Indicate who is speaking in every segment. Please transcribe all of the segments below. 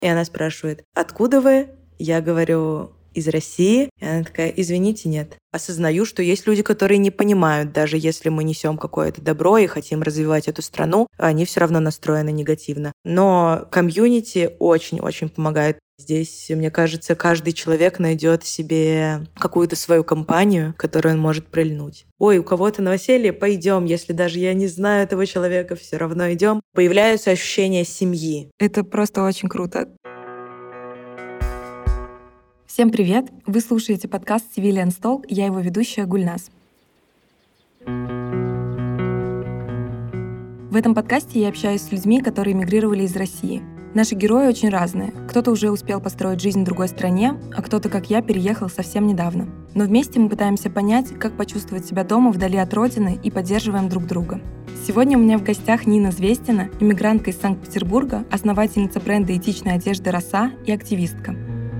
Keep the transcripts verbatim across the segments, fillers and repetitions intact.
Speaker 1: И она спрашивает: откуда вы? Я говорю: из России. И она такая: извините, нет. Осознаю, что есть люди, которые не понимают, даже если мы несем какое-то добро и хотим развивать эту страну, они все равно настроены негативно. Но комьюнити очень-очень помогает. Здесь, мне кажется, каждый человек найдет себе какую-то свою компанию, которую он может прильнуть. Ой, у кого-то новоселье, пойдем, если даже я не знаю этого человека, все равно идем. Появляются ощущения семьи.
Speaker 2: Это просто очень круто. Всем привет! Вы слушаете подкаст Civilian Talk, я его ведущая Гульназ. В этом подкасте я общаюсь с людьми, которые эмигрировали из России. Наши герои очень разные. Кто-то уже успел построить жизнь в другой стране, а кто-то, как я, переехал совсем недавно. Но вместе мы пытаемся понять, как почувствовать себя дома вдали от родины и поддерживаем друг друга. Сегодня у меня в гостях Нина Звестина, иммигрантка из Санкт-Петербурга, основательница бренда этичной одежды «Роса» и активистка.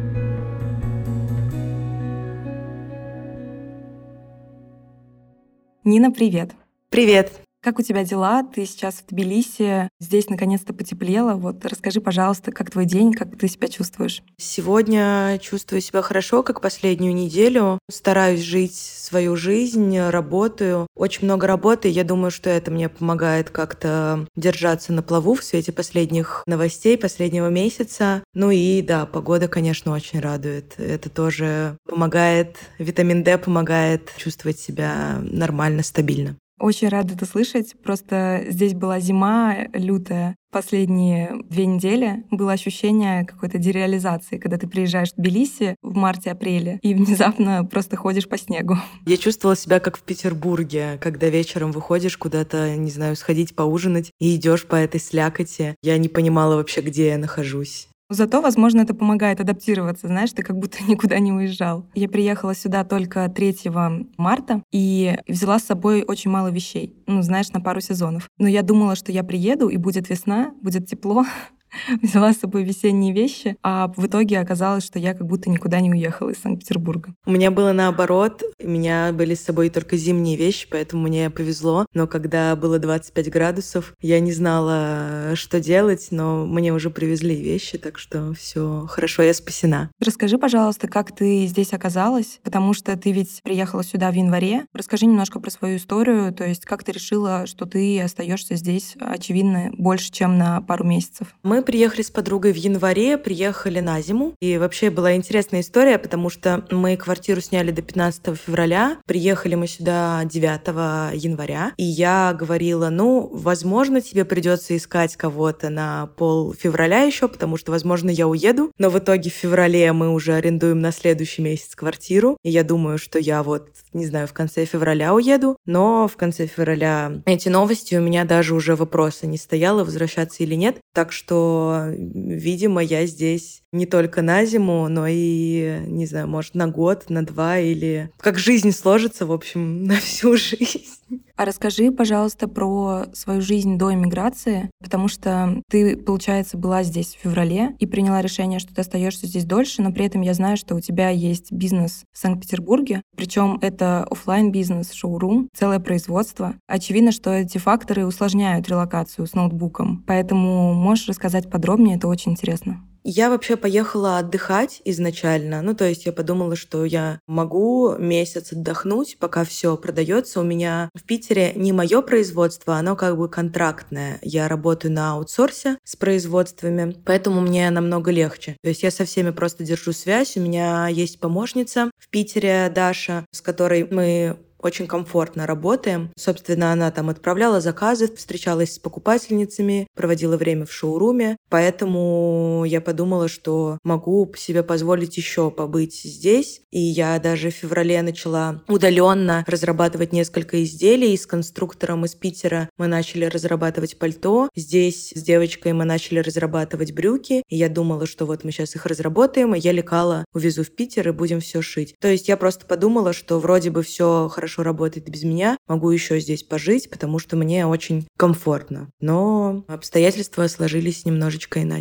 Speaker 2: Нина, привет!
Speaker 1: Привет!
Speaker 2: Как у тебя дела? Ты сейчас в Тбилиси, здесь наконец-то потеплело. Вот расскажи, пожалуйста, как твой день, как ты себя чувствуешь?
Speaker 1: Сегодня чувствую себя хорошо, как последнюю неделю. Стараюсь жить свою жизнь, работаю. Очень много работы, я думаю, что это мне помогает как-то держаться на плаву в свете последних новостей, последнего месяца. Ну и да, погода, конечно, очень радует. Это тоже помогает, витамин D помогает чувствовать себя нормально, стабильно.
Speaker 2: Очень рада это слышать. Просто здесь была зима лютая. Последние две недели было ощущение какой-то дереализации, когда ты приезжаешь в Тбилиси в марте-апреле и внезапно просто ходишь по снегу.
Speaker 1: Я чувствовала себя как в Петербурге, когда вечером выходишь куда-то, не знаю, сходить поужинать и идешь по этой слякоти. Я не понимала вообще, где я нахожусь.
Speaker 2: Зато, возможно, это помогает адаптироваться, знаешь, ты как будто никуда не уезжал. Я приехала сюда только третьего марта и взяла с собой очень мало вещей, ну, знаешь, на пару сезонов. Но я думала, что я приеду, и будет весна, будет тепло. Взяла с собой весенние вещи, а в итоге оказалось, что я как будто никуда не уехала из Санкт-Петербурга.
Speaker 1: У меня было наоборот. У меня были с собой только зимние вещи, поэтому мне повезло. Но когда было двадцать пять градусов, я не знала, что делать, но мне уже привезли вещи, так что все хорошо, я спасена.
Speaker 2: Расскажи, пожалуйста, как ты здесь оказалась, потому что ты ведь приехала сюда в январе. Расскажи немножко про свою историю, то есть как ты решила, что ты остаешься здесь, очевидно, больше, чем на пару месяцев.
Speaker 1: Мы приехали с подругой в январе, приехали на зиму. И вообще была интересная история, потому что мы квартиру сняли до пятнадцатого февраля. Приехали мы сюда девятого января. И я говорила: ну, возможно, тебе придется искать кого-то на пол февраля еще, потому что, возможно, я уеду. Но в итоге в феврале мы уже арендуем на следующий месяц квартиру. И я думаю, что я вот, не знаю, в конце февраля уеду. Но в конце февраля эти новости, у меня даже уже вопроса не стояло, возвращаться или нет. Так что видимо, я здесь не только на зиму, но и, не знаю, может, на год, на два, или как жизнь сложится, в общем, на всю жизнь.
Speaker 2: А расскажи, пожалуйста, про свою жизнь до иммиграции, потому что ты, получается, была здесь в феврале и приняла решение, что ты остаешься здесь дольше, но при этом я знаю, что у тебя есть бизнес в Санкт-Петербурге, причем это офлайн бизнес, шоурум, целое производство. Очевидно, что эти факторы усложняют релокацию с ноутбуком, поэтому можешь рассказать подробнее, это очень интересно.
Speaker 1: Я вообще поехала отдыхать изначально. Ну, то есть я подумала, что я могу месяц отдохнуть, пока все продается. У меня в Питере не мое производство, оно как бы контрактное. Я работаю на аутсорсе с производствами, поэтому мне намного легче. То есть я со всеми просто держу связь. У меня есть помощница в Питере, Даша, с которой мы очень комфортно работаем. Собственно, она там отправляла заказы, встречалась с покупательницами, проводила время в шоуруме. Поэтому я подумала, что могу себе позволить еще побыть здесь. И я даже в феврале начала удаленно разрабатывать несколько изделий. С конструктором из Питера мы начали разрабатывать пальто. Здесь с девочкой мы начали разрабатывать брюки. И я думала, что вот мы сейчас их разработаем, и я лекала, увезу в Питер и будем все шить. То есть я просто подумала, что вроде бы все хорошо работает без меня, могу еще здесь пожить, потому что мне очень комфортно. Но обстоятельства сложились немножечко иначе.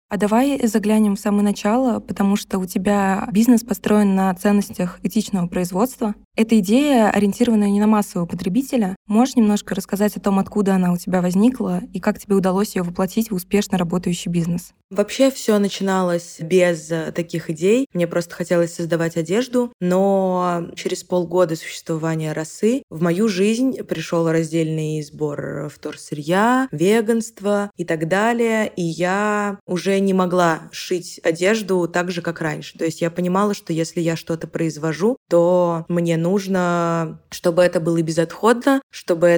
Speaker 2: А давай заглянем в самое начало, потому что у тебя бизнес построен на ценностях этичного производства. Эта идея, ориентированная не на массового потребителя. Можешь немножко рассказать о том, откуда она у тебя возникла и как тебе удалось ее воплотить в успешно работающий бизнес?
Speaker 1: Вообще все начиналось без э, таких идей. Мне просто хотелось создавать одежду, но через полгода существования росы в мою жизнь пришел раздельный сбор вторсырья, веганство и так далее, и я уже не могла шить одежду так же, как раньше. То есть я понимала, что если я что-то произвожу, то мне нужно, чтобы это было безотходно, чтобы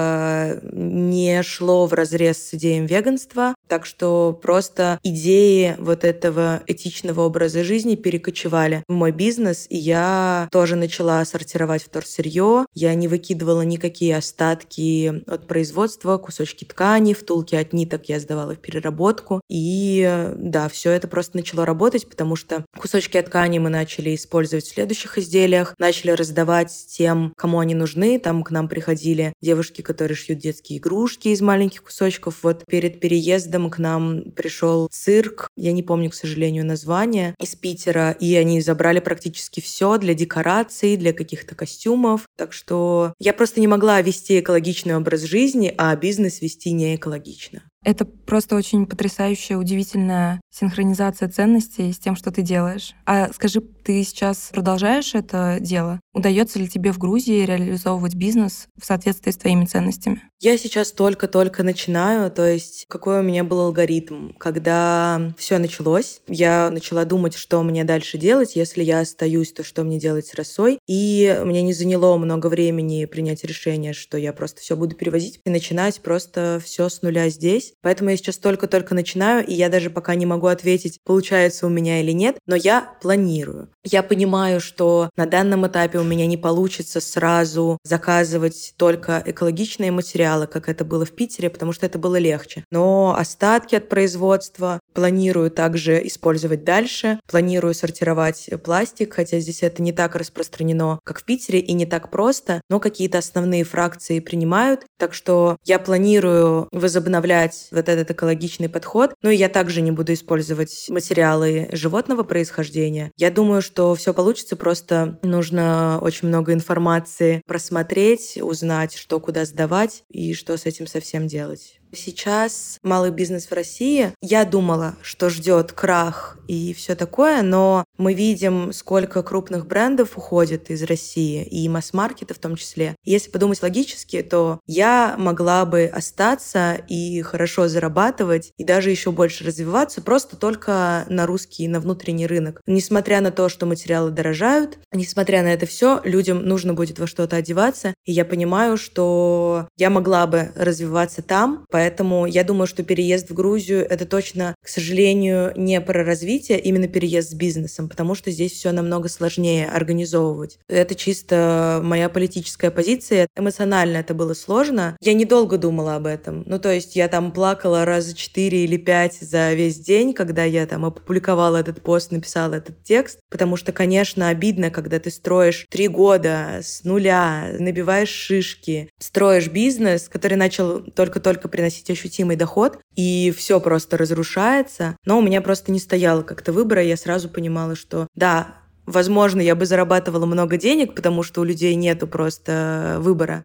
Speaker 1: это не шло вразрез с идеей веганства. Так что просто идеи вот этого этичного образа жизни перекочевали в мой бизнес, и я тоже начала сортировать вторсырье. Я не выкидывала никакие остатки от производства, кусочки ткани, втулки от ниток я сдавала в переработку. И да, все это просто начало работать, потому что кусочки от ткани мы начали использовать в следующих изделиях, начали раздавать тем, кому они нужны. Там к нам приходили девушки, которые шьют детские игрушки из маленьких кусочков. Вот перед переездом к нам пришел цирк, я не помню, к сожалению, название, из Питера, и они забрали практически все для декораций, для каких-то костюмов. Так что я просто не могла вести экологичный образ жизни, а бизнес вести не экологично.
Speaker 2: Это просто очень потрясающая, удивительная синхронизация ценностей с тем, что ты делаешь. А скажи, ты сейчас продолжаешь это дело? Удается ли тебе в Грузии реализовывать бизнес в соответствии с твоими ценностями?
Speaker 1: Я сейчас только-только начинаю, то есть какой у меня был алгоритм. Когда все началось, я начала думать, что мне дальше делать. Если я остаюсь, то что мне делать с росой? И мне не заняло много времени принять решение, что я просто все буду перевозить и начинать просто все с нуля здесь. Поэтому я сейчас только-только начинаю, и я даже пока не могу ответить, получается у меня или нет, но я планирую. Я понимаю, что на данном этапе у меня не получится сразу заказывать только экологичные материалы, как это было в Питере, потому что это было легче. Но остатки от производства планирую также использовать дальше. Планирую сортировать пластик, хотя здесь это не так распространено, как в Питере, и не так просто, но какие-то основные фракции принимают. Так что я планирую возобновлять вот этот экологичный подход. Ну и я также не буду использовать материалы животного происхождения. Я думаю, что все получится, просто нужно очень много информации просмотреть, узнать, что куда сдавать и что с этим совсем делать. Сейчас малый бизнес в России. Я думала, что ждет крах и все такое, но мы видим, сколько крупных брендов уходит из России, и масс-маркета в том числе. Если подумать логически, то я могла бы остаться и хорошо зарабатывать, и даже еще больше развиваться, просто только на русский, на внутренний рынок. Несмотря на то, что материалы дорожают, несмотря на это все, людям нужно будет во что-то одеваться, и я понимаю, что я могла бы развиваться там. Поэтому я думаю, что переезд в Грузию — это точно, к сожалению, не про развитие, именно переезд с бизнесом, потому что здесь все намного сложнее организовывать. Это чисто моя политическая позиция. Эмоционально это было сложно. Я недолго думала об этом. Ну, то есть я там плакала раза четыре или пять за весь день, когда я там опубликовала этот пост, написала этот текст, потому что, конечно, обидно, когда ты строишь три года с нуля, набиваешь шишки, строишь бизнес, который начал только-только приносить ощутимый доход, и все просто разрушается. Но у меня просто не стояло как-то выбора, я сразу понимала, что да, возможно, я бы зарабатывала много денег, потому что у людей нету просто выбора.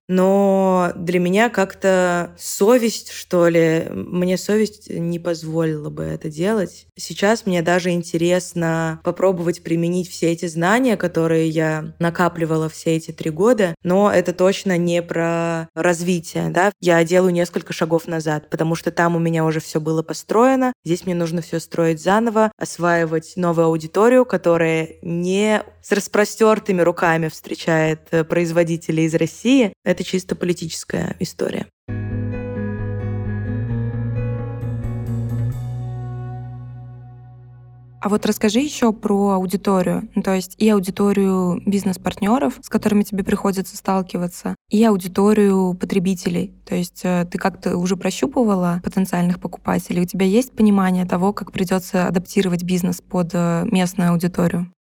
Speaker 1: Но для меня как-то совесть, что ли, мне совесть не позволила бы это делать. Сейчас мне даже интересно попробовать применить все эти знания, которые я накапливала все эти три года, но это точно не про развитие, да. Я делаю несколько шагов назад, потому что там у меня уже все было построено, здесь мне нужно все строить заново, осваивать новую аудиторию, которая не не с распростертыми руками встречает производителей из России. Это чисто политическая история.
Speaker 2: А вот расскажи еще про аудиторию, ну, то есть и аудиторию бизнес-партнеров, с которыми тебе приходится сталкиваться, и аудиторию потребителей. То есть э, ты как-то уже прощупывала потенциальных покупателей? У тебя есть понимание того, как придется адаптировать бизнес под э, местную аудиторию?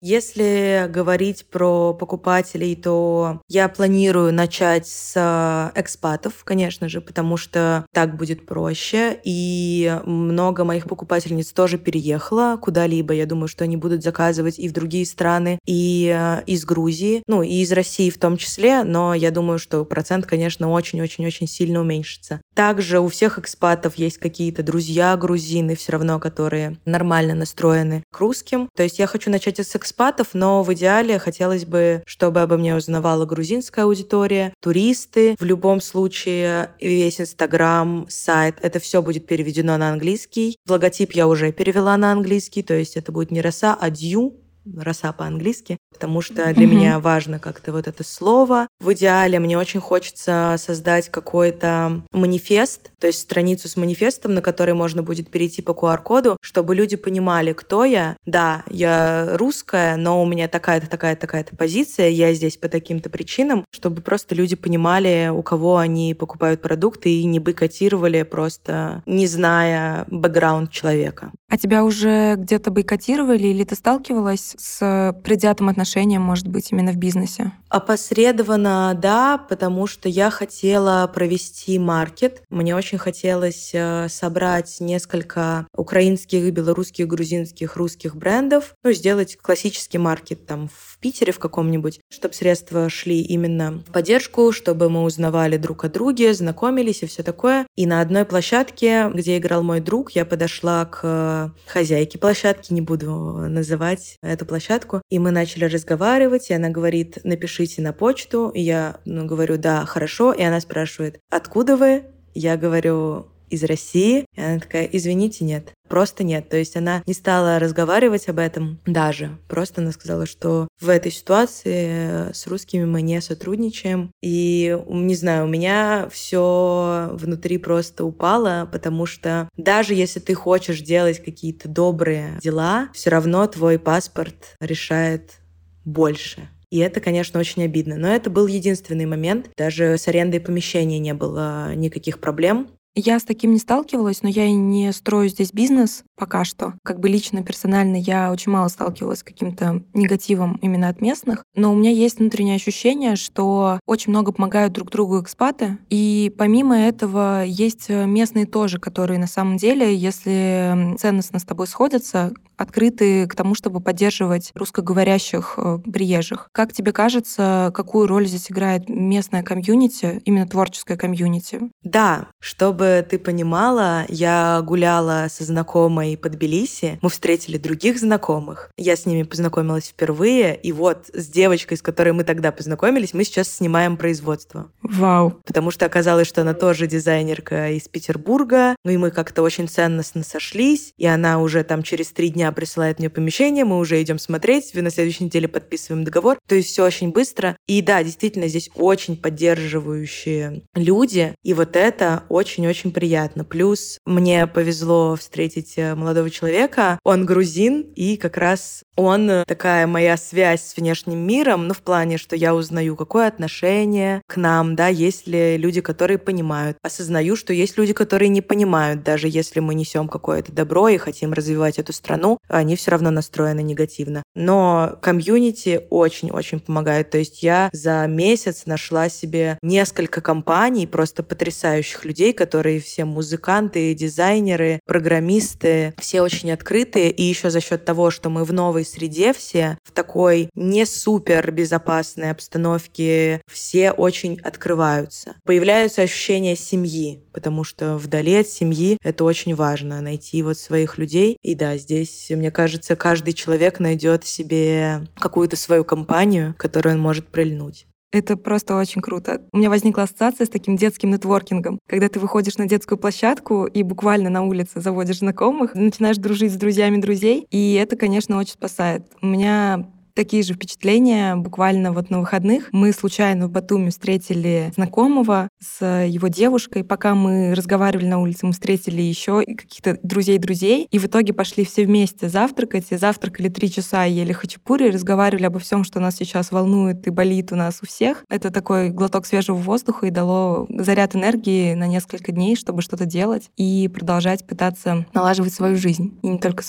Speaker 1: Если говорить про покупателей, то я планирую начать с экспатов, конечно же, потому что так будет проще. И много моих покупательниц тоже переехало куда-либо. Я думаю, что они будут заказывать и в другие страны, и из Грузии, ну, и из России в том числе, но я думаю, что процент, конечно, очень-очень-очень сильно уменьшится. Также у всех экспатов есть какие-то друзья грузины, все равно, которые нормально настроены к русским. То есть я хочу начать с экспатов, но в идеале хотелось бы, чтобы обо мне узнавала грузинская аудитория, туристы. В любом случае весь Инстаграм, сайт, это все будет переведено на английский. Логотип я уже перевела на английский, то есть это будет не роса, а дью. Роса по-английски, потому что для mm-hmm. меня важно как-то вот это слово. В идеале мне очень хочется создать какой-то манифест, то есть страницу с манифестом, на который можно будет перейти по ку ар-коду, чтобы люди понимали, кто я. Да, я русская, но у меня такая-то, такая-то, такая-то позиция, я здесь по таким-то причинам, чтобы просто люди понимали, у кого они покупают продукты и не бойкотировали, просто не зная бэкграунд человека.
Speaker 2: А тебя уже где-то бойкотировали или ты сталкивалась с предвзятым отношением, может быть, именно в бизнесе?
Speaker 1: Опосредованно, да, потому что я хотела провести маркет. Мне очень хотелось собрать несколько украинских, белорусских, грузинских, русских брендов, ну, сделать классический маркет там в Питере в каком-нибудь, чтобы средства шли именно в поддержку, чтобы мы узнавали друг о друге, знакомились и все такое. И на одной площадке, где играл мой друг, я подошла к хозяйке площадки, не буду называть эту площадку, и мы начали разговаривать, и она говорит: напишите на почту, и я ну, говорю: да, хорошо, и она спрашивает: откуда вы? Я говорю: из России. И она такая: извините, нет. Просто нет. То есть она не стала разговаривать об этом даже. Просто она сказала, что в этой ситуации с русскими мы не сотрудничаем. И, не знаю, у меня все внутри просто упало, потому что даже если ты хочешь делать какие-то добрые дела, все равно твой паспорт решает больше. И это, конечно, очень обидно. Но это был единственный момент. Даже с арендой помещения не было никаких проблем.
Speaker 2: Я с таким не сталкивалась, но я и не строю здесь бизнес пока что. Как бы лично, персонально я очень мало сталкивалась с каким-то негативом именно от местных. Но у меня есть внутреннее ощущение, что очень много помогают друг другу экспаты. И помимо этого есть местные тоже, которые на самом деле, если ценностно с тобой сходятся, открыты к тому, чтобы поддерживать русскоговорящих приезжих. Как тебе кажется, какую роль здесь играет местная комьюнити, именно творческая комьюнити?
Speaker 1: Да, чтобы ты понимала, я гуляла со знакомой по Тбилиси, мы встретили других знакомых, я с ними познакомилась впервые, и вот с девочкой, с которой мы тогда познакомились, мы сейчас снимаем производство.
Speaker 2: Вау!
Speaker 1: Потому что оказалось, что она тоже дизайнерка из Петербурга, ну и мы как-то очень ценностно сошлись, и она уже там через три дня присылает мне помещение, мы уже идем смотреть, на следующей неделе подписываем договор, то есть все очень быстро. И да, действительно, здесь очень поддерживающие люди, и вот это очень-очень очень приятно. Плюс мне повезло встретить молодого человека. Он грузин, и как раз он такая моя связь с внешним миром, ну, в плане, что я узнаю, какое отношение к нам, да, есть ли люди, которые понимают. Осознаю, что есть люди, которые не понимают, даже если мы несем какое-то добро и хотим развивать эту страну, они все равно настроены негативно. Но комьюнити очень-очень помогает. То есть я за месяц нашла себе несколько компаний, просто потрясающих людей, которые все музыканты, дизайнеры, программисты, все очень открытые. И еще за счет того, что мы в новой среде все, в такой не супер безопасной обстановке, все очень открываются. Появляются ощущения семьи, потому что вдали от семьи это очень важно, найти вот своих людей. И да, здесь, мне кажется, каждый человек найдет себе какую-то свою компанию, к которой он может прильнуть.
Speaker 2: Это просто очень круто. У меня возникла ассоциация с таким детским нетворкингом, когда ты выходишь на детскую площадку и буквально на улице заводишь знакомых, начинаешь дружить с друзьями друзей, и это, конечно, очень спасает. У меня такие же впечатления буквально вот на выходных. Мы случайно в Батуми встретили знакомого с его девушкой. Пока мы разговаривали на улице, мы встретили еще каких-то друзей-друзей. И в итоге пошли все вместе завтракать. И завтракали три часа, ели хачапури, разговаривали обо всем, что нас сейчас волнует и болит у нас у всех. Это такой глоток свежего воздуха и дало заряд энергии на несколько дней, чтобы что-то делать и продолжать пытаться налаживать свою жизнь, и не только свою.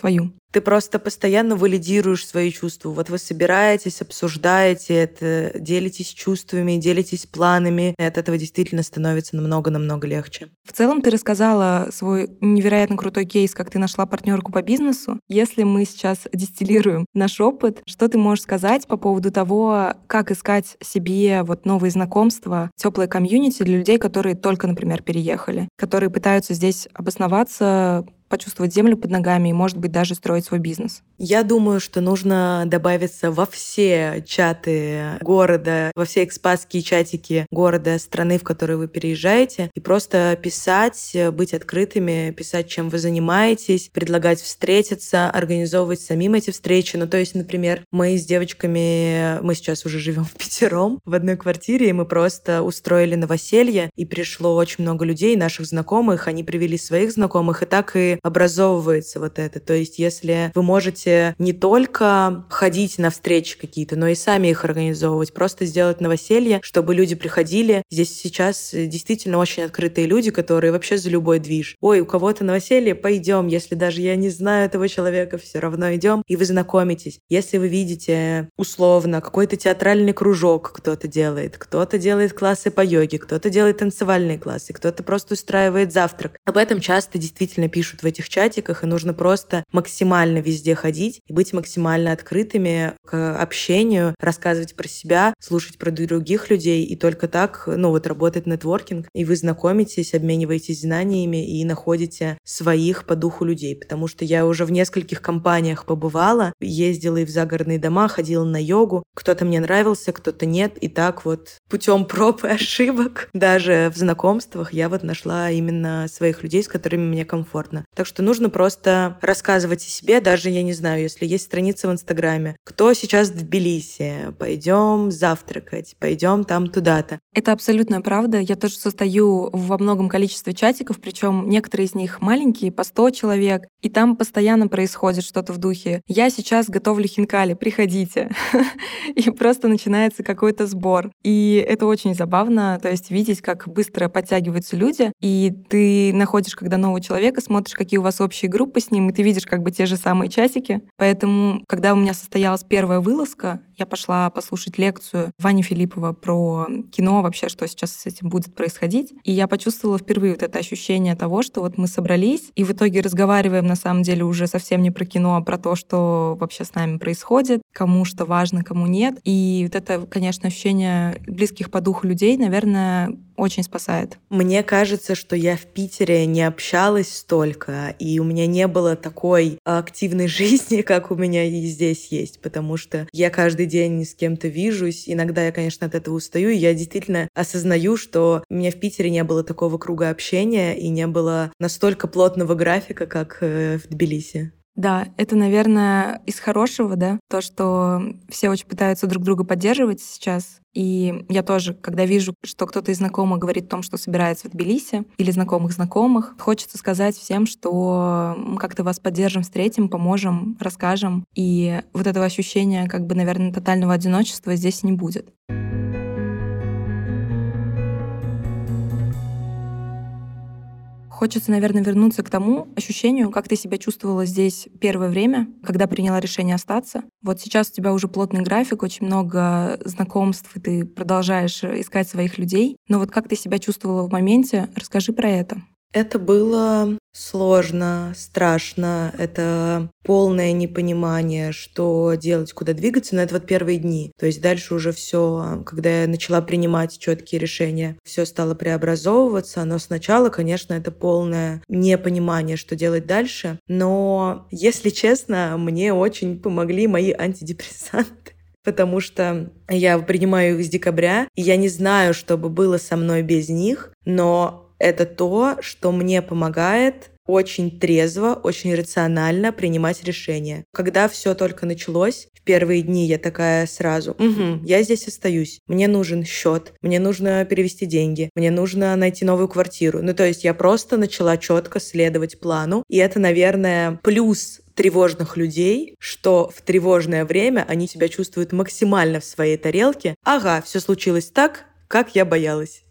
Speaker 1: Ты просто постоянно валидируешь свои чувства. Вот вы собираетесь, обсуждаете это, делитесь чувствами, делитесь планами. И от этого действительно становится намного-намного легче.
Speaker 2: В целом ты рассказала свой невероятно крутой кейс, как ты нашла партнерку по бизнесу. Если мы сейчас дистиллируем наш опыт, что ты можешь сказать по поводу того, как искать себе вот новые знакомства, теплые комьюнити для людей, которые только, например, переехали, которые пытаются здесь обосноваться, почувствовать землю под ногами и, может быть, даже строить свой бизнес?
Speaker 1: Я думаю, что нужно добавиться во все чаты города, во все экспатские чатики города, страны, в которые вы переезжаете, и просто писать, быть открытыми, писать, чем вы занимаетесь, предлагать встретиться, организовывать самим эти встречи. Ну, то есть, например, мы с девочками, мы сейчас уже живем впятером в одной квартире, и мы просто устроили новоселье, и пришло очень много людей, наших знакомых, они привели своих знакомых, и так и образовывается вот это. То есть если вы можете не только ходить на встречи какие-то, но и сами их организовывать, просто сделать новоселье, чтобы люди приходили. Здесь сейчас действительно очень открытые люди, которые вообще за любой движ. Ой, у кого-то новоселье, пойдем. Если даже я не знаю этого человека, все равно идем, и вы знакомитесь. Если вы видите условно какой-то театральный кружок кто-то делает, кто-то делает классы по йоге, кто-то делает танцевальные классы, кто-то просто устраивает завтрак. Об этом часто действительно пишут в этих чатиках, и нужно просто максимально везде ходить и быть максимально открытыми к общению, рассказывать про себя, слушать про других людей, и только так, ну вот, работает нетворкинг, и вы знакомитесь, обмениваетесь знаниями и находите своих по духу людей, потому что я уже в нескольких компаниях побывала, ездила и в загородные дома, ходила на йогу, кто-то мне нравился, кто-то нет, и так вот путем проб и ошибок, даже в знакомствах я вот нашла именно своих людей, с которыми мне комфортно. Так что нужно просто рассказывать о себе, даже, я не знаю, если есть страница в Инстаграме. Кто сейчас в Тбилиси? Пойдем завтракать, пойдем там туда-то.
Speaker 2: Это абсолютная правда. Я тоже состою во многом количестве чатиков, причем некоторые из них маленькие, по сто человек, и там постоянно происходит что-то в духе «я сейчас готовлю хинкали, приходите». И просто начинается какой-то сбор. И это очень забавно, то есть видеть, как быстро подтягиваются люди, и ты находишь, когда нового человека, смотришь, какие у вас общие группы с ним, и ты видишь как бы те же самые часики. Поэтому, когда у меня состоялась первая вылазка, я пошла послушать лекцию Вани Филиппова про кино, вообще, что сейчас с этим будет происходить. И я почувствовала впервые вот это ощущение того, что вот мы собрались, и в итоге разговариваем на самом деле уже совсем не про кино, а про то, что вообще с нами происходит, кому что важно, кому нет. И вот это, конечно, ощущение близких по духу людей, наверное, очень спасает.
Speaker 1: Мне кажется, что я в Питере не общалась столько, и у меня не было такой активной жизни, как у меня и здесь есть, потому что я каждый день с кем-то вижусь. Иногда я, конечно, от этого устаю, и я действительно осознаю, что у меня в Питере не было такого круга общения и не было настолько плотного графика, как в Тбилиси.
Speaker 2: Да, это, наверное, из хорошего, да, то, что все очень пытаются друг друга поддерживать сейчас. И я тоже, когда вижу, что кто-то из знакомых говорит о том, что собирается в Тбилиси, или знакомых знакомых, хочется сказать всем, что мы как-то вас поддержим, встретим, поможем, расскажем. И вот этого ощущения, как бы, наверное, тотального одиночества здесь не будет. Хочется, наверное, вернуться к тому ощущению, как ты себя чувствовала здесь первое время, когда приняла решение остаться. Вот сейчас у тебя уже плотный график, очень много знакомств, и ты продолжаешь искать своих людей. Но вот как ты себя чувствовала в моменте? Расскажи про это.
Speaker 1: Это было сложно, страшно, это полное непонимание, что делать, куда двигаться, но это вот первые дни. То есть дальше уже все, когда я начала принимать четкие решения, все стало преобразовываться, но сначала, конечно, это полное непонимание, что делать дальше. Но, если честно, мне очень помогли мои антидепрессанты. Потому что я принимаю их с декабря, и я не знаю, что бы было со мной без них, но это то, что мне помогает очень трезво, очень рационально принимать решения. Когда все только началось, в первые дни я такая сразу: угу, я здесь остаюсь, мне нужен счет, мне нужно перевести деньги, мне нужно найти новую квартиру. Ну, то есть я просто начала четко следовать плану, и это, наверное, плюс тревожных людей, что в тревожное время они себя чувствуют максимально в своей тарелке. Ага, все случилось так, как я боялась.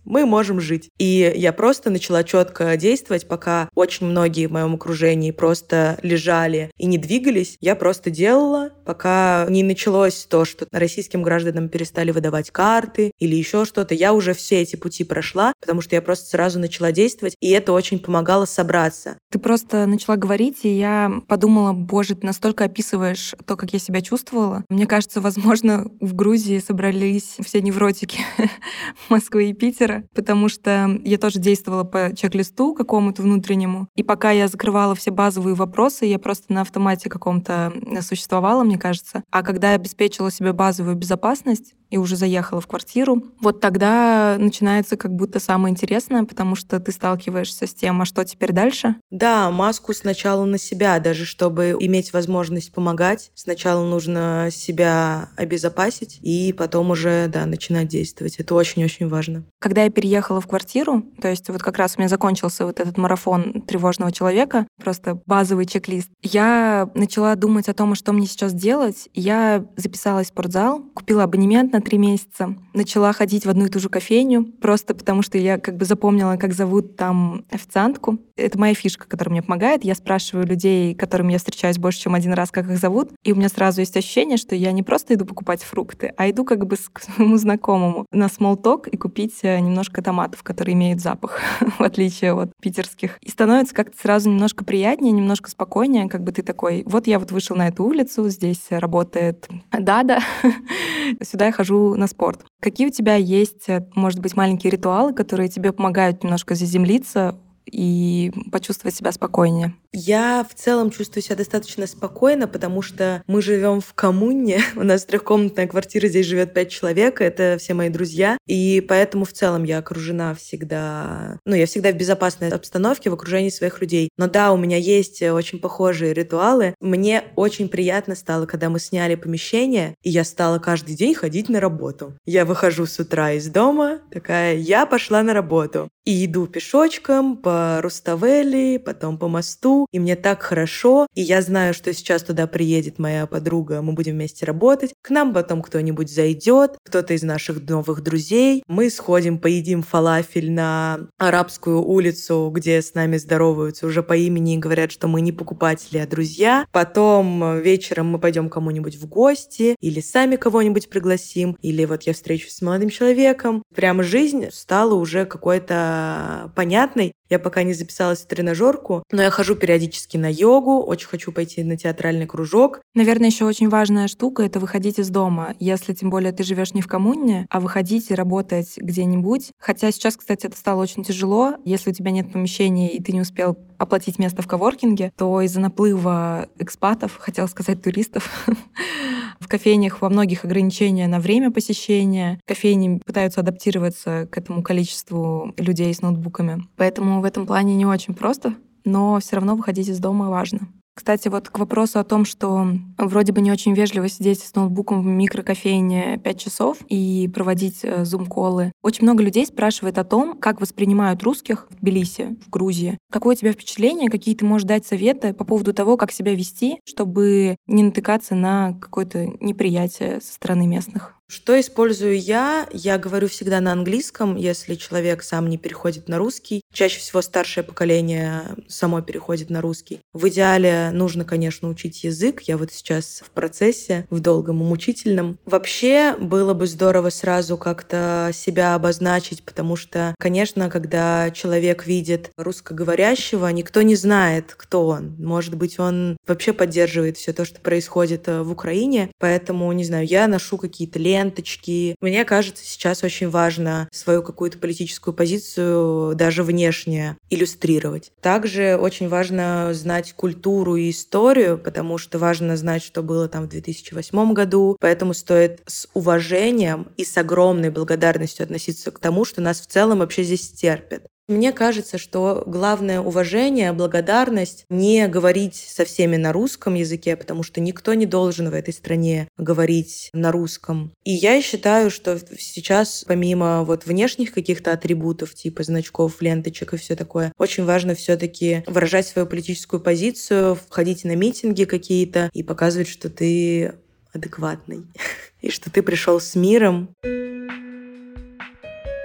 Speaker 1: мы можем жить. И я просто начала четко действовать, пока очень многие в моем окружении просто лежали и не двигались. Я просто делала, пока не началось то, что российским гражданам перестали выдавать карты или еще что-то. Я уже все эти пути прошла, потому что я просто сразу начала действовать, и это очень помогало собраться.
Speaker 2: Ты просто начала говорить, и я подумала, боже, ты настолько описываешь то, как я себя чувствовала. Мне кажется, возможно, в Грузии собрались все невротики Москвы и Питера, потому что я тоже действовала по чек-листу какому-то внутреннему. И пока я закрывала все базовые вопросы, я просто на автомате каком-то существовала, мне кажется. А когда я обеспечила себе базовую безопасность и уже заехала в квартиру, вот тогда начинается как будто самое интересное, потому что ты сталкиваешься с тем, а что теперь дальше?
Speaker 1: Да, маску сначала на себя, даже чтобы иметь возможность помогать. Сначала нужно себя обезопасить и потом уже, да, начинать действовать. Это очень-очень важно.
Speaker 2: Когда я переехала в квартиру, то есть вот как раз у меня закончился вот этот марафон тревожного человека, просто базовый чек-лист, я начала думать о том, что мне сейчас делать. Я записалась в спортзал, купила абонемент на три месяца, начала ходить в одну и ту же кофейню, просто потому что я как бы запомнила, как зовут там официантку. Это моя фишка, которая мне помогает. Я спрашиваю людей, которыми я встречаюсь больше, чем один раз, как их зовут, и у меня сразу есть ощущение, что я не просто иду покупать фрукты, а иду как бы к своему знакомому на small talk и купить немножко томатов, которые имеют запах, в отличие от питерских. И становится как-то сразу немножко приятнее, немножко спокойнее, как бы ты такой, вот я вот вышел на эту улицу, здесь работает Дада, сюда я хожу на спорт. Какие у тебя есть, может быть, маленькие ритуалы, которые тебе помогают немножко заземлиться и почувствовать себя спокойнее?
Speaker 1: Я в целом чувствую себя достаточно спокойно, потому что мы живем в коммуне. У нас трехкомнатная квартира, здесь живет пять человек, это все мои друзья. И поэтому в целом я окружена всегда... Ну, я всегда в безопасной обстановке, в окружении своих людей. Но да, у меня есть очень похожие ритуалы. Мне очень приятно стало, когда мы сняли помещение, и я стала каждый день ходить на работу. Я выхожу с утра из дома, такая, я пошла на работу. И иду пешочком по Руставели, потом по мосту, и мне так хорошо, и я знаю, что сейчас туда приедет моя подруга, мы будем вместе работать, к нам потом кто-нибудь зайдет, кто-то из наших новых друзей, мы сходим, поедим фалафель на Арабскую улицу, где с нами здороваются уже по имени и говорят, что мы не покупатели, а друзья, потом вечером мы пойдем кому-нибудь в гости, или сами кого-нибудь пригласим, или вот я встречусь с молодым человеком. Прям жизнь стала уже какой-то понятной. Я пока не записалась в тренажерку, но я хожу периодически на йогу, очень хочу пойти на театральный кружок.
Speaker 2: Наверное, еще очень важная штука — это выходить из дома. Если тем более ты живешь не в коммуне, а выходить и работать где-нибудь. Хотя сейчас, кстати, это стало очень тяжело. Если у тебя нет помещения и ты не успел оплатить место в коворкинге, то из-за наплыва экспатов, хотела сказать туристов, в кофейнях во многих ограничения на время посещения. Кофейни пытаются адаптироваться к этому количеству людей с ноутбуками. Поэтому в этом плане не очень просто, но все равно выходить из дома важно. Кстати, вот к вопросу о том, что вроде бы не очень вежливо сидеть с ноутбуком в микрокофейне пять часов и проводить зум-коллы. Очень много людей спрашивает о том, как воспринимают русских в Тбилиси, в Грузии. Какое у тебя впечатление, какие ты можешь дать советы по поводу того, как себя вести, чтобы не натыкаться на какое-то неприятие со стороны местных?
Speaker 1: Что использую я? Я говорю всегда на английском, если человек сам не переходит на русский. Чаще всего старшее поколение само переходит на русский. В идеале нужно, конечно, учить язык. Я вот сейчас в процессе, в долгом и мучительном. Вообще было бы здорово сразу как-то себя обозначить, потому что, конечно, когда человек видит русскоговорящего, никто не знает, кто он. Может быть, он вообще поддерживает все то, что происходит в Украине. Поэтому, не знаю, я ношу какие-то ленты, ленточки. Мне кажется, сейчас очень важно свою какую-то политическую позицию даже внешне иллюстрировать. Также очень важно знать культуру и историю, потому что важно знать, что было там в две тысячи восьмом году. Поэтому стоит с уважением и с огромной благодарностью относиться к тому, что нас в целом вообще здесь терпят. Мне кажется, что главное уважение, благодарность, не говорить со всеми на русском языке, потому что никто не должен в этой стране говорить на русском. И я считаю, что сейчас, помимо вот внешних каких-то атрибутов, типа значков, ленточек и все такое, очень важно все-таки выражать свою политическую позицию, входить на митинги какие-то и показывать, что ты адекватный и что ты пришел с миром.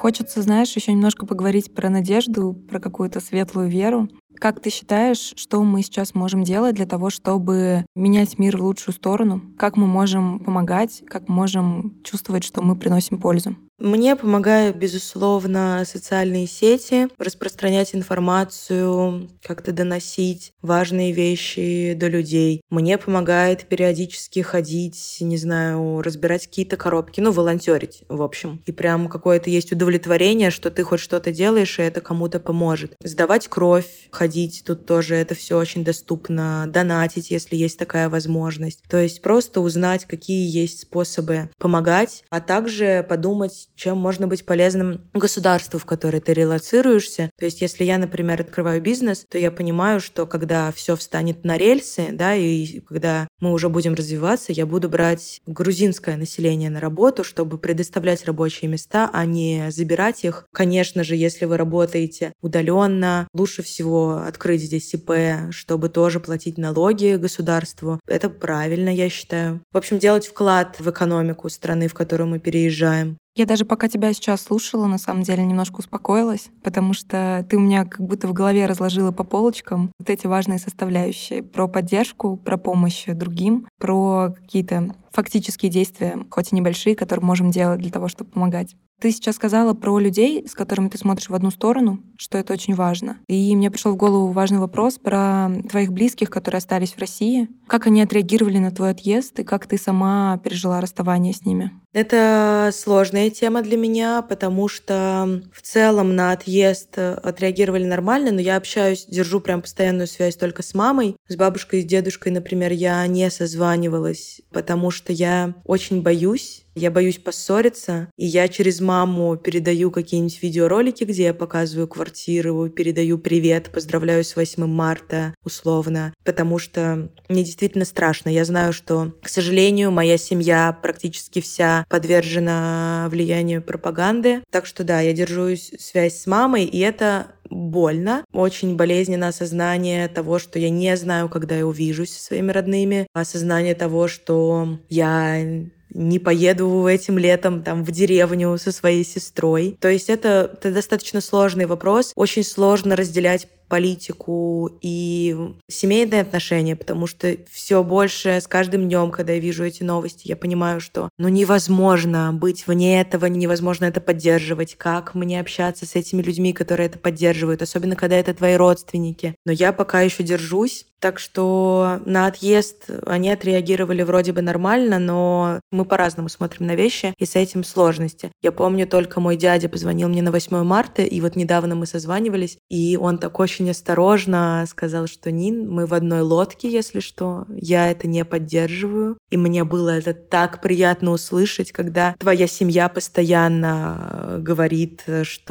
Speaker 2: Хочется, знаешь, еще немножко поговорить про надежду, про какую-то светлую веру. Как ты считаешь, что мы сейчас можем делать для того, чтобы менять мир в лучшую сторону? Как мы можем помогать, как мы можем чувствовать, что мы приносим пользу?
Speaker 1: Мне помогают, безусловно, социальные сети, распространять информацию, как-то доносить важные вещи до людей. Мне помогает периодически ходить, не знаю, разбирать какие-то коробки, ну, волонтерить, в общем. И прям какое-то есть удовлетворение, что ты хоть что-то делаешь, и это кому-то поможет. Сдавать кровь, ходить, тут тоже это все очень доступно. Донатить, если есть такая возможность. То есть просто узнать, какие есть способы помогать, а также подумать, чем можно быть полезным государству, в которое ты релоцируешься. То есть если я, например, открываю бизнес, то я понимаю, что когда все встанет на рельсы, да, и когда мы уже будем развиваться, я буду брать грузинское население на работу, чтобы предоставлять рабочие места, а не забирать их. Конечно же, если вы работаете удаленно, лучше всего открыть здесь ИП, чтобы тоже платить налоги государству. Это правильно, я считаю. В общем, делать вклад в экономику страны, в которую мы переезжаем.
Speaker 2: Я даже пока тебя сейчас слушала, на самом деле немножко успокоилась, потому что ты у меня как будто в голове разложила по полочкам вот эти важные составляющие про поддержку, про помощь другим, про какие-то фактические действия, хоть и небольшие, которые можем делать для того, чтобы помогать. Ты сейчас сказала про людей, с которыми ты смотришь в одну сторону, что это очень важно. И мне пришел в голову важный вопрос про твоих близких, которые остались в России. Как они отреагировали на твой отъезд и как ты сама пережила расставание с ними?
Speaker 1: Это сложная тема для меня, потому что в целом на отъезд отреагировали нормально, но я общаюсь, держу прям постоянную связь только с мамой. С бабушкой и с дедушкой, например, я не созванивалась, потому что я очень боюсь. Я боюсь поссориться, и я через маму передаю какие-нибудь видеоролики, где я показываю квартиру, передаю привет, поздравляю с восьмым марта, условно, потому что мне действительно страшно. Я знаю, что, к сожалению, моя семья практически вся подвержена влиянию пропаганды. Так что да, я держу связь с мамой, и это больно. Очень болезненно осознание того, что я не знаю, когда я увижусь со своими родными. Осознание того, что я не поеду этим летом там в деревню со своей сестрой. То есть это, это достаточно сложный вопрос. Очень сложно разделять политику и семейные отношения, потому что все больше с каждым днем, когда я вижу эти новости, я понимаю, что ну невозможно быть вне этого, невозможно это поддерживать. Как мне общаться с этими людьми, которые это поддерживают, особенно когда это твои родственники. Но я пока еще держусь. Так что на отъезд они отреагировали вроде бы нормально, но мы по-разному смотрим на вещи, и с этим сложности. Я помню, только мой дядя позвонил мне на восьмое марта, и вот недавно мы созванивались, и он так очень осторожно сказал, что Нин, мы в одной лодке, если что, я это не поддерживаю. И мне было это так приятно услышать, когда твоя семья постоянно говорит,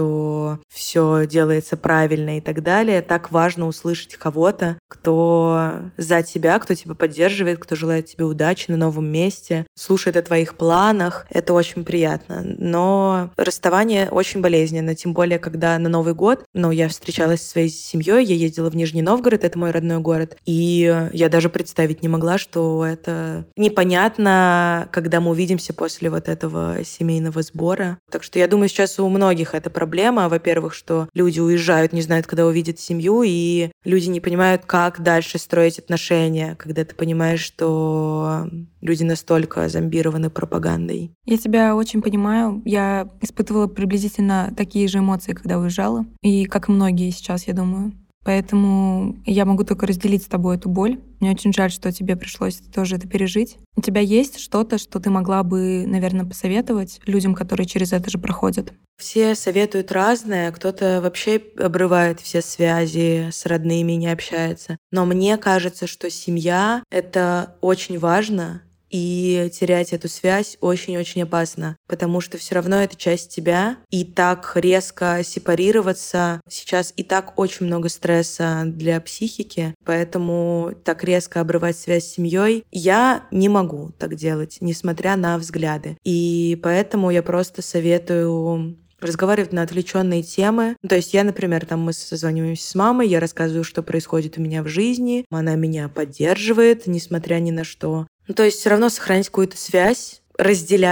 Speaker 1: что все делается правильно и так далее. Так важно услышать кого-то, кто за тебя, кто тебя поддерживает, кто желает тебе удачи на новом месте, слушает о твоих планах. Это очень приятно. Но расставание очень болезненно, тем более, когда на Новый год, ну, я встречалась со своей семьей, я ездила в Нижний Новгород, это мой родной город, и я даже представить не могла, что это непонятно, когда мы увидимся после вот этого семейного сбора. Так что я думаю, сейчас у многих это проблема. Во-первых, что люди уезжают, не знают, когда увидят семью, и люди не понимают, как дальше строить отношения, когда ты понимаешь, что люди настолько зомбированы пропагандой.
Speaker 2: Я тебя очень понимаю. Я испытывала приблизительно такие же эмоции, когда уезжала. И как и многие сейчас, я думаю. Поэтому я могу только разделить с тобой эту боль. Мне очень жаль, что тебе пришлось тоже это пережить. У тебя есть что-то, что ты могла бы, наверное, посоветовать людям, которые через это же проходят?
Speaker 1: Все советуют разное. Кто-то вообще обрывает все связи с родными и не общается. Но мне кажется, что семья — это очень важно. И терять эту связь очень-очень опасно, потому что все равно это часть тебя, и так резко сепарироваться сейчас и так очень много стресса для психики, поэтому так резко обрывать связь с семьей я не могу так делать, несмотря на взгляды. И поэтому я просто советую разговаривать на отвлеченные темы. То есть я, например, там мы созваниваемся с мамой, я рассказываю, что происходит у меня в жизни, она меня поддерживает, несмотря ни на что. Ну, то есть все равно сохранить какую-то связь, разделять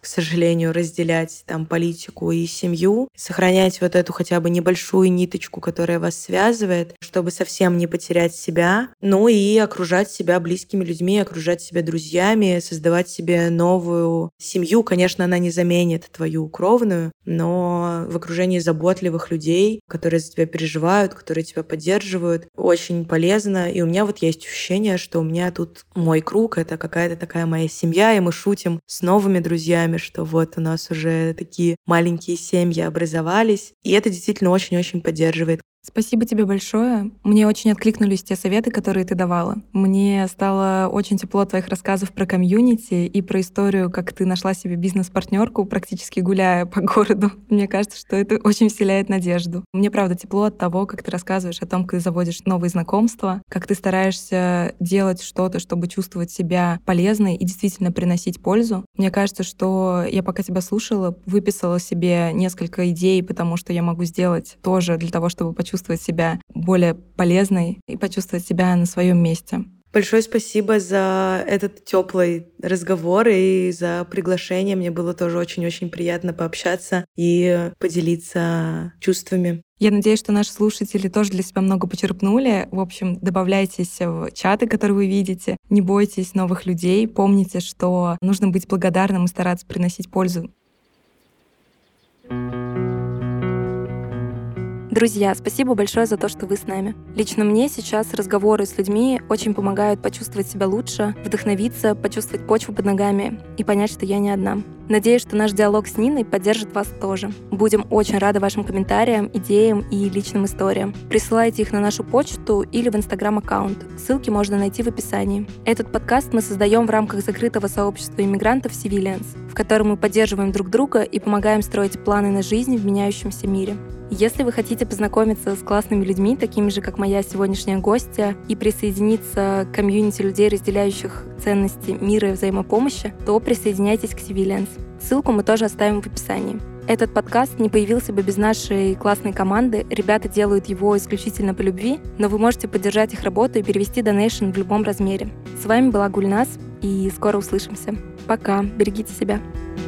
Speaker 1: к сожалению, разделять там политику и семью, сохранять вот эту хотя бы небольшую ниточку, которая вас связывает, чтобы совсем не потерять себя, ну и окружать себя близкими людьми, окружать себя друзьями, создавать себе новую семью. Конечно, она не заменит твою кровную, но в окружении заботливых людей, которые за тебя переживают, которые тебя поддерживают, очень полезно. И у меня вот есть ощущение, что у меня тут мой круг — это какая-то такая моя семья, и мы шутим с новыми друзьями, что вот у нас уже такие маленькие семьи образовались. И это действительно очень-очень поддерживает.
Speaker 2: Спасибо тебе большое. Мне очень откликнулись те советы, которые ты давала. Мне стало очень тепло от твоих рассказов про комьюнити и про историю, как ты нашла себе бизнес-партнерку, практически гуляя по городу. Мне кажется, что это очень вселяет надежду. Мне правда тепло от того, как ты рассказываешь о том, как ты заводишь новые знакомства, как ты стараешься делать что-то, чтобы чувствовать себя полезной и действительно приносить пользу. Мне кажется, что я пока тебя слушала, выписала себе несколько идей, потому что я могу сделать тоже для того, чтобы почувствовать почувствовать себя более полезной и почувствовать себя на своем месте.
Speaker 1: Большое спасибо за этот теплый разговор и за приглашение. Мне было тоже очень-очень приятно пообщаться и поделиться чувствами.
Speaker 2: Я надеюсь, что наши слушатели тоже для себя много почерпнули. В общем, добавляйтесь в чаты, которые вы видите. Не бойтесь новых людей. Помните, что нужно быть благодарным и стараться приносить пользу. Друзья, спасибо большое за то, что вы с нами. Лично мне сейчас разговоры с людьми очень помогают почувствовать себя лучше, вдохновиться, почувствовать почву под ногами и понять, что я не одна. Надеюсь, что наш диалог с Ниной поддержит вас тоже. Будем очень рады вашим комментариям, идеям и личным историям. Присылайте их на нашу почту или в Инстаграм-аккаунт. Ссылки можно найти в описании. Этот подкаст мы создаем в рамках закрытого сообщества иммигрантов Civilians, в котором мы поддерживаем друг друга и помогаем строить планы на жизнь в меняющемся мире. Если вы хотите познакомиться с классными людьми, такими же, как моя сегодняшняя гостья, и присоединиться к комьюнити людей, разделяющих ценности мира и взаимопомощи, то присоединяйтесь к Civilians. Ссылку мы тоже оставим в описании. Этот подкаст не появился бы без нашей классной команды. Ребята делают его исключительно по любви, но вы можете поддержать их работу и перевести донейшн в любом размере. С вами была Гульназ, и скоро услышимся. Пока, берегите себя.